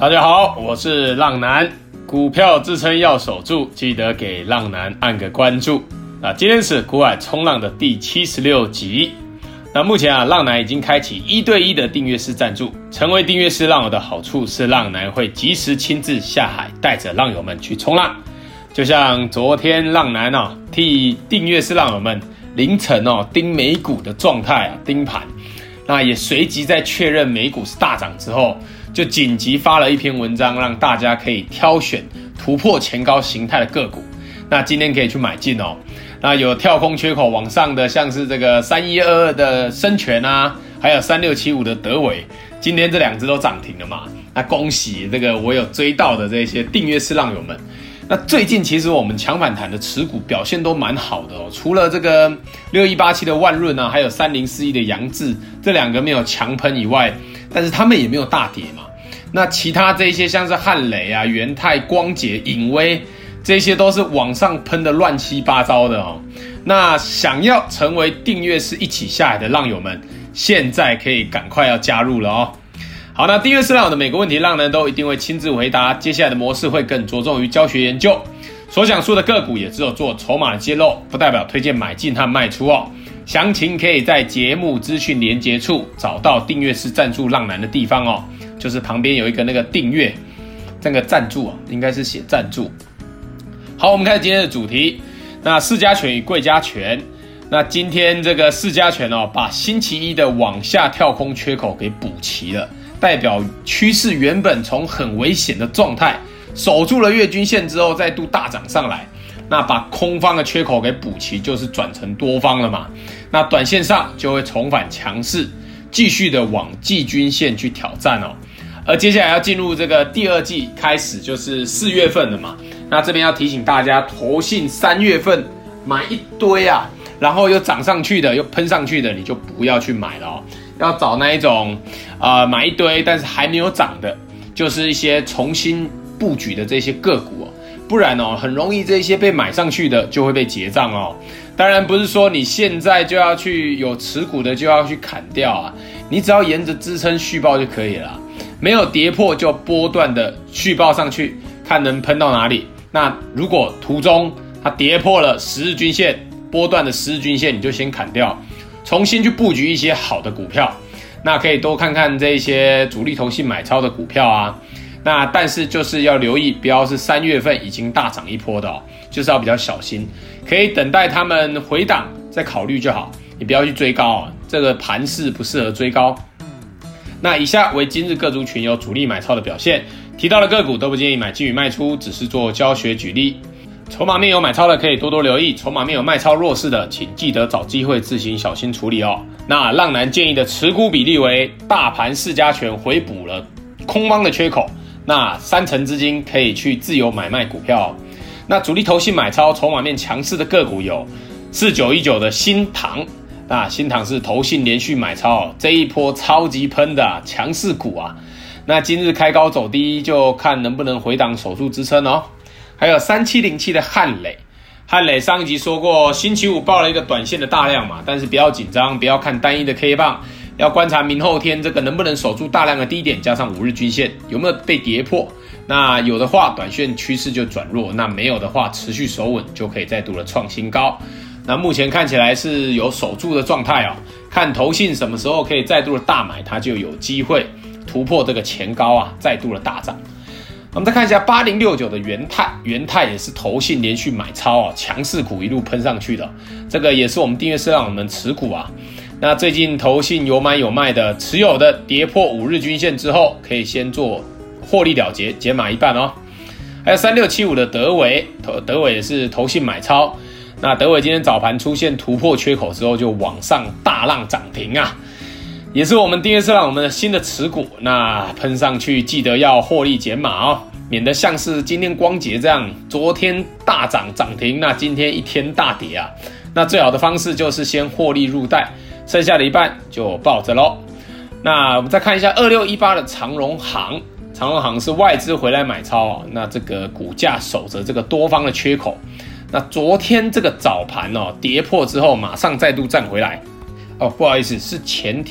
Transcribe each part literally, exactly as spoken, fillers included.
大家好，我是浪男，股票支撑要守住，记得给浪男按个关注。那今天是股海冲浪的第七十六集。那目前啊，浪男已经开启一对一的订阅式赞助。成为订阅式浪友的好处是，浪男会及时亲自下海，带着浪友们去冲浪。就像昨天浪男哦，替订阅式浪友们凌晨哦盯美股的状态啊，盯盘。那也随即在确认美股是大涨之后，就紧急发了一篇文章，让大家可以挑选突破前高形态的个股。那今天可以去买进哦。那有跳空缺口往上的，像是这个三一二二的深全啊，还有三六七五的德微，今天这两只都涨停了嘛。那恭喜这个我有追到的这些订阅式浪友们。那最近其实我们强反弹的持股表现都蛮好的哦，除了这个六一八七的万润啊，还有三零四一的扬智，这两个没有强喷以外，但是他们也没有大跌嘛。那其他这些像是汉磊啊、元泰、光捷、颖威，这些都是往上喷的乱七八糟的哦。那想要成为订阅式一起下海的浪友们，现在可以赶快要加入了哦。好，那订阅式浪友的每个问题，浪男都一定会亲自回答。接下来的模式会更着重于教学研究，所讲述的个股也只有做筹码的揭露，不代表推荐买进和卖出哦。详情可以在节目资讯连结处找到订阅式赞助浪男的地方哦，就是旁边有一个那个订阅，这个赞助啊，应该是写赞助。好，我们开始今天的主题。那市加权与贵加权，那今天这个市加权哦，把星期一的往下跳空缺口给补齐了。代表趋势原本从很危险的状态守住了月均线之后，再度大涨上来，那把空方的缺口给补齐，就是转成多方了嘛。那短线上就会重返强势，继续的往季均线去挑战哦。而接下来要进入这个第二季开始，就是四月份了嘛。那这边要提醒大家，投信三月份买一堆啊，然后又涨上去的，又喷上去的，你就不要去买了哦。要找那一种，呃，买一堆但是还没有涨的，就是一些重新布局的这些个股哦，不然哦，很容易这些被买上去的就会被结账哦。当然不是说你现在就要去有持股的就要去砍掉啊，你只要沿着支撑续报就可以了，没有跌破就波段的续报上去，看能喷到哪里。那如果途中它跌破了十日均线，波段的十日均线，你就先砍掉。重新去布局一些好的股票，那可以多看看这些主力投信买超的股票啊。那但是就是要留意，不要是三月份已经大涨一波的哦，就是要比较小心，可以等待他们回档再考虑就好，你不要去追高哦，这个盘势不适合追高。那以下为今日各族群有主力买超的表现，提到的个股都不建议买进与卖出，只是做教学举例。筹码面有买超的可以多多留意，筹码面有卖超弱势的，请记得找机会自行小心处理哦。那浪男建议的持股比例为大盘市加权回补了空方的缺口，那三成资金可以去自由买卖股票哦。那主力投信买超筹码面强势的个股有四九一九的新唐，那新唐是投信连续买超哦，这一波超级喷的、啊、强势股啊。那今日开高走低，就看能不能回档守住支撑哦。还有三七零七的汉磊，汉磊上一集说过，星期五报了一个短线的大量嘛，但是不要紧张，不要看单一的 K 棒，要观察明后天这个能不能守住大量的低点，加上五日均线有没有被跌破。那有的话，短线趋势就转弱；那没有的话，持续守稳就可以再度的创新高。那目前看起来是有守住的状态哦，看投信什么时候可以再度的大买，它就有机会突破这个前高啊，再度的大涨。我们再看一下八零六九的元泰，元泰也是投信连续买超啊，强势股一路喷上去的，这个也是我们订阅式让我们持股啊。那最近投信有买有卖的，持有的跌破五日均线之后，可以先做获利了结，解码一半哦。还有三六七五的德微，德微也是投信买超，那德微今天早盘出现突破缺口之后，就往上大浪涨停啊。也是我们订阅式让我们的新的持股，那喷上去记得要获利减码哦，免得像是今天光捷这样，昨天大涨涨停，那今天一天大跌啊。那最好的方式就是先获利入袋，剩下的一半就抱着咯。那我们再看一下二六一八的长荣航，长荣航是外资回来买超哦，那这个股价守着这个多方的缺口，那昨天这个早盘哦跌破之后，马上再度站回来。哦，不好意思，是前天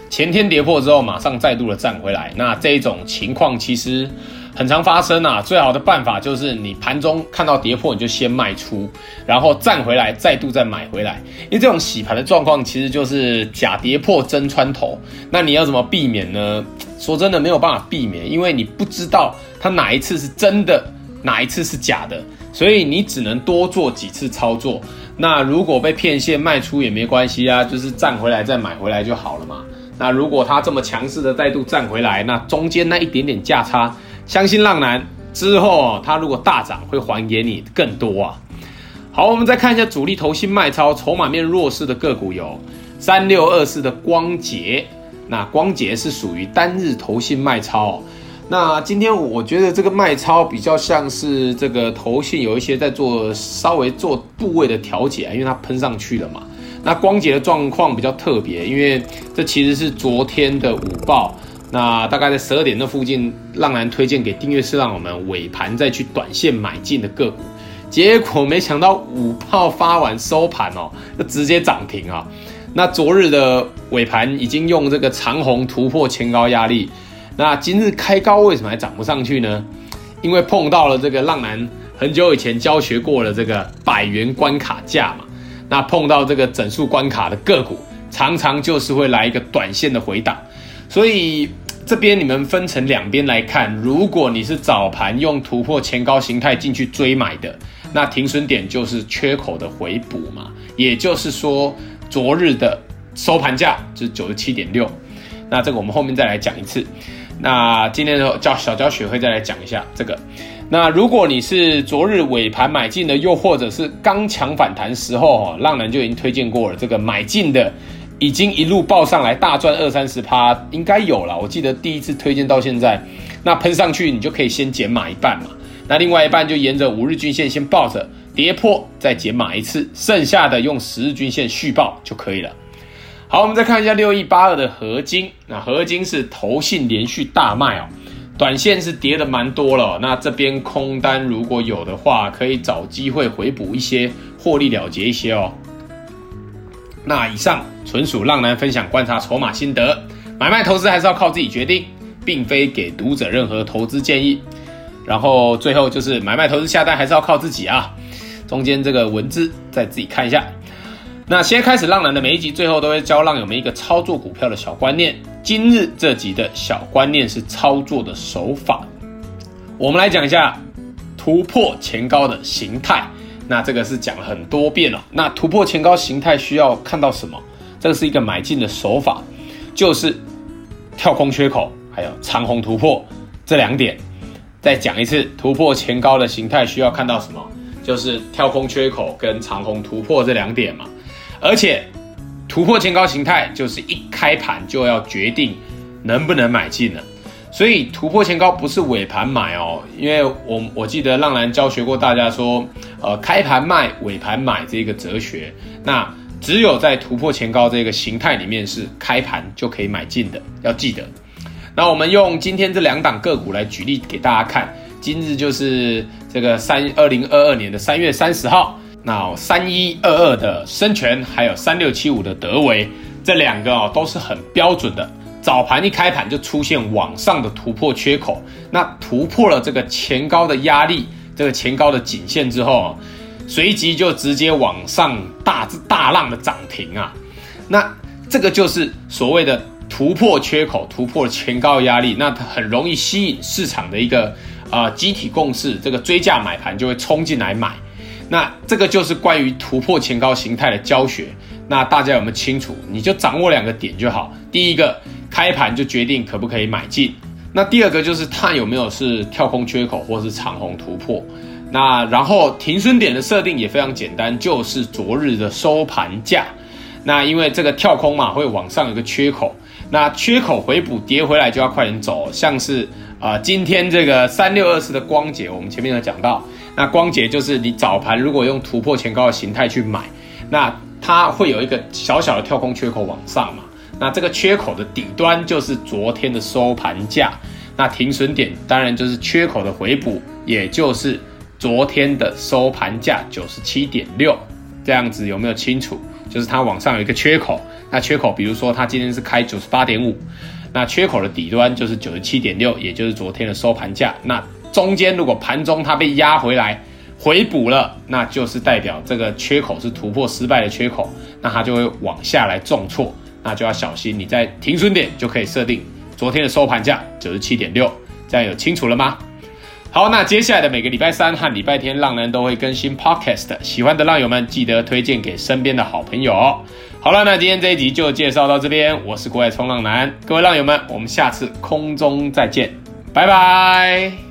前天跌破之后马上再度的站回来，那这种情况其实很常发生啊。最好的办法就是你盘中看到跌破你就先卖出，然后站回来再度再买回来，因为这种洗盘的状况其实就是假跌破真穿头。那你要怎么避免呢？说真的没有办法避免，因为你不知道它哪一次是真的，哪一次是假的，所以你只能多做几次操作。那如果被骗线卖出也没关系啊，就是站回来再买回来就好了嘛。那如果它这么强势的再度站回来，那中间那一点点价差，相信浪男之后它如果大涨会还给你更多啊。好，我们再看一下主力投信卖超筹码面弱势的个股有三六二四的光捷，那光捷是属于单日投信卖超哦。那今天我觉得这个卖超比较像是这个投信有一些在做稍微做部位的调节，因为它喷上去了嘛。那光捷的状况比较特别，因为这其实是昨天的午报，那大概在十二点那附近，浪男推荐给订阅式让我们尾盘再去短线买进的个股，结果没想到午报发完收盘哦，就直接涨停啊。那昨日的尾盘已经用这个长红突破前高压力，那今日开高为什么还涨不上去呢？因为碰到了这个浪男很久以前教学过的这个百元关卡价嘛。那碰到这个整数关卡的个股，常常就是会来一个短线的回档，所以这边你们分成两边来看。如果你是早盘用突破前高形态进去追买的，那停损点就是缺口的回补嘛，也就是说昨日的收盘价就是 九十七点六， 那这个我们后面再来讲一次。那今天的教小教学会再来讲一下这个。那如果你是昨日尾盘买进的，又或者是刚强反弹时候，浪男就已经推荐过了，这个买进的已经一路报上来大赚二三十趴，应该有了。我记得第一次推荐到现在，那喷上去你就可以先减码一半嘛，那另外一半就沿着五日均线先抱着，跌破再减码一次，剩下的用十日均线续报就可以了。好，我们再看一下六一八二的合金，那合金是投信连续大卖哦。短线是跌的蛮多了、哦，那这边空单如果有的话，可以找机会回补一些，获利了结一些哦。那以上纯属浪男分享观察筹码心得，买卖投资还是要靠自己决定，并非给读者任何投资建议。然后最后就是买卖投资下单还是要靠自己啊，中间这个文字再自己看一下。那先开始浪男的每一集最后都会教浪友们一个操作股票的小观念，今日这集的小观念是操作的手法。我们来讲一下突破前高的形态，那这个是讲了很多遍了。那突破前高形态需要看到什么？这个是一个买进的手法，就是跳空缺口还有长红突破这两点。再讲一次，突破前高的形态需要看到什么？就是跳空缺口跟长红突破这两点嘛。而且突破前高形态就是一开盘就要决定能不能买进了，所以突破前高不是尾盘买哦，因为我我记得浪男教学过大家说，呃，开盘卖尾盘买这个哲学，那只有在突破前高这个形态里面是开盘就可以买进的，要记得。那我们用今天这两档个股来举例给大家看，今日就是这个二零二二年的三月三十号。那三一二二的深全还有三六七五的德微，这两个哦都是很标准的，早盘一开盘就出现往上的突破缺口，那突破了这个前高的压力，这个前高的颈线之后，随即就直接往上大大浪的涨停啊，那这个就是所谓的突破缺口，突破前高压力，那它很容易吸引市场的一个呃集体共识，这个追价买盘就会冲进来买。那这个就是关于突破前高形态的教学，那大家有没有清楚？你就掌握两个点就好。第一个，开盘就决定可不可以买进。那第二个就是它有没有是跳空缺口或是长红突破。那然后停损点的设定也非常简单，就是昨日的收盘价。那因为这个跳空嘛，会往上有个缺口，那缺口回补跌回来就要快点走，像是啊、呃、今天这个三六二四的光捷，我们前面有讲到。那光捷就是你早盘如果用突破前高的形态去买，那它会有一个小小的跳空缺口往上嘛，那这个缺口的底端就是昨天的收盘价，那停损点当然就是缺口的回补，也就是昨天的收盘价 九十七点六， 这样子有没有清楚？就是它往上有一个缺口， 那缺口比如说它今天是开 九十八点五， 那缺口的底端就是 九十七点六， 也就是昨天的收盘价。那中间如果盘中它被压回来回补了，那就是代表这个缺口是突破失败的缺口，那它就会往下来重挫，那就要小心，你在停损点就可以设定昨天的收盘价 九十七点六， 这样有清楚了吗？好，那接下来的每个礼拜三和礼拜天浪男都会更新 podcast， 喜欢的浪友们记得推荐给身边的好朋友哦。好了，那今天这一集就介绍到这边，我是国外冲浪男，各位浪友们，我们下次空中再见，拜拜。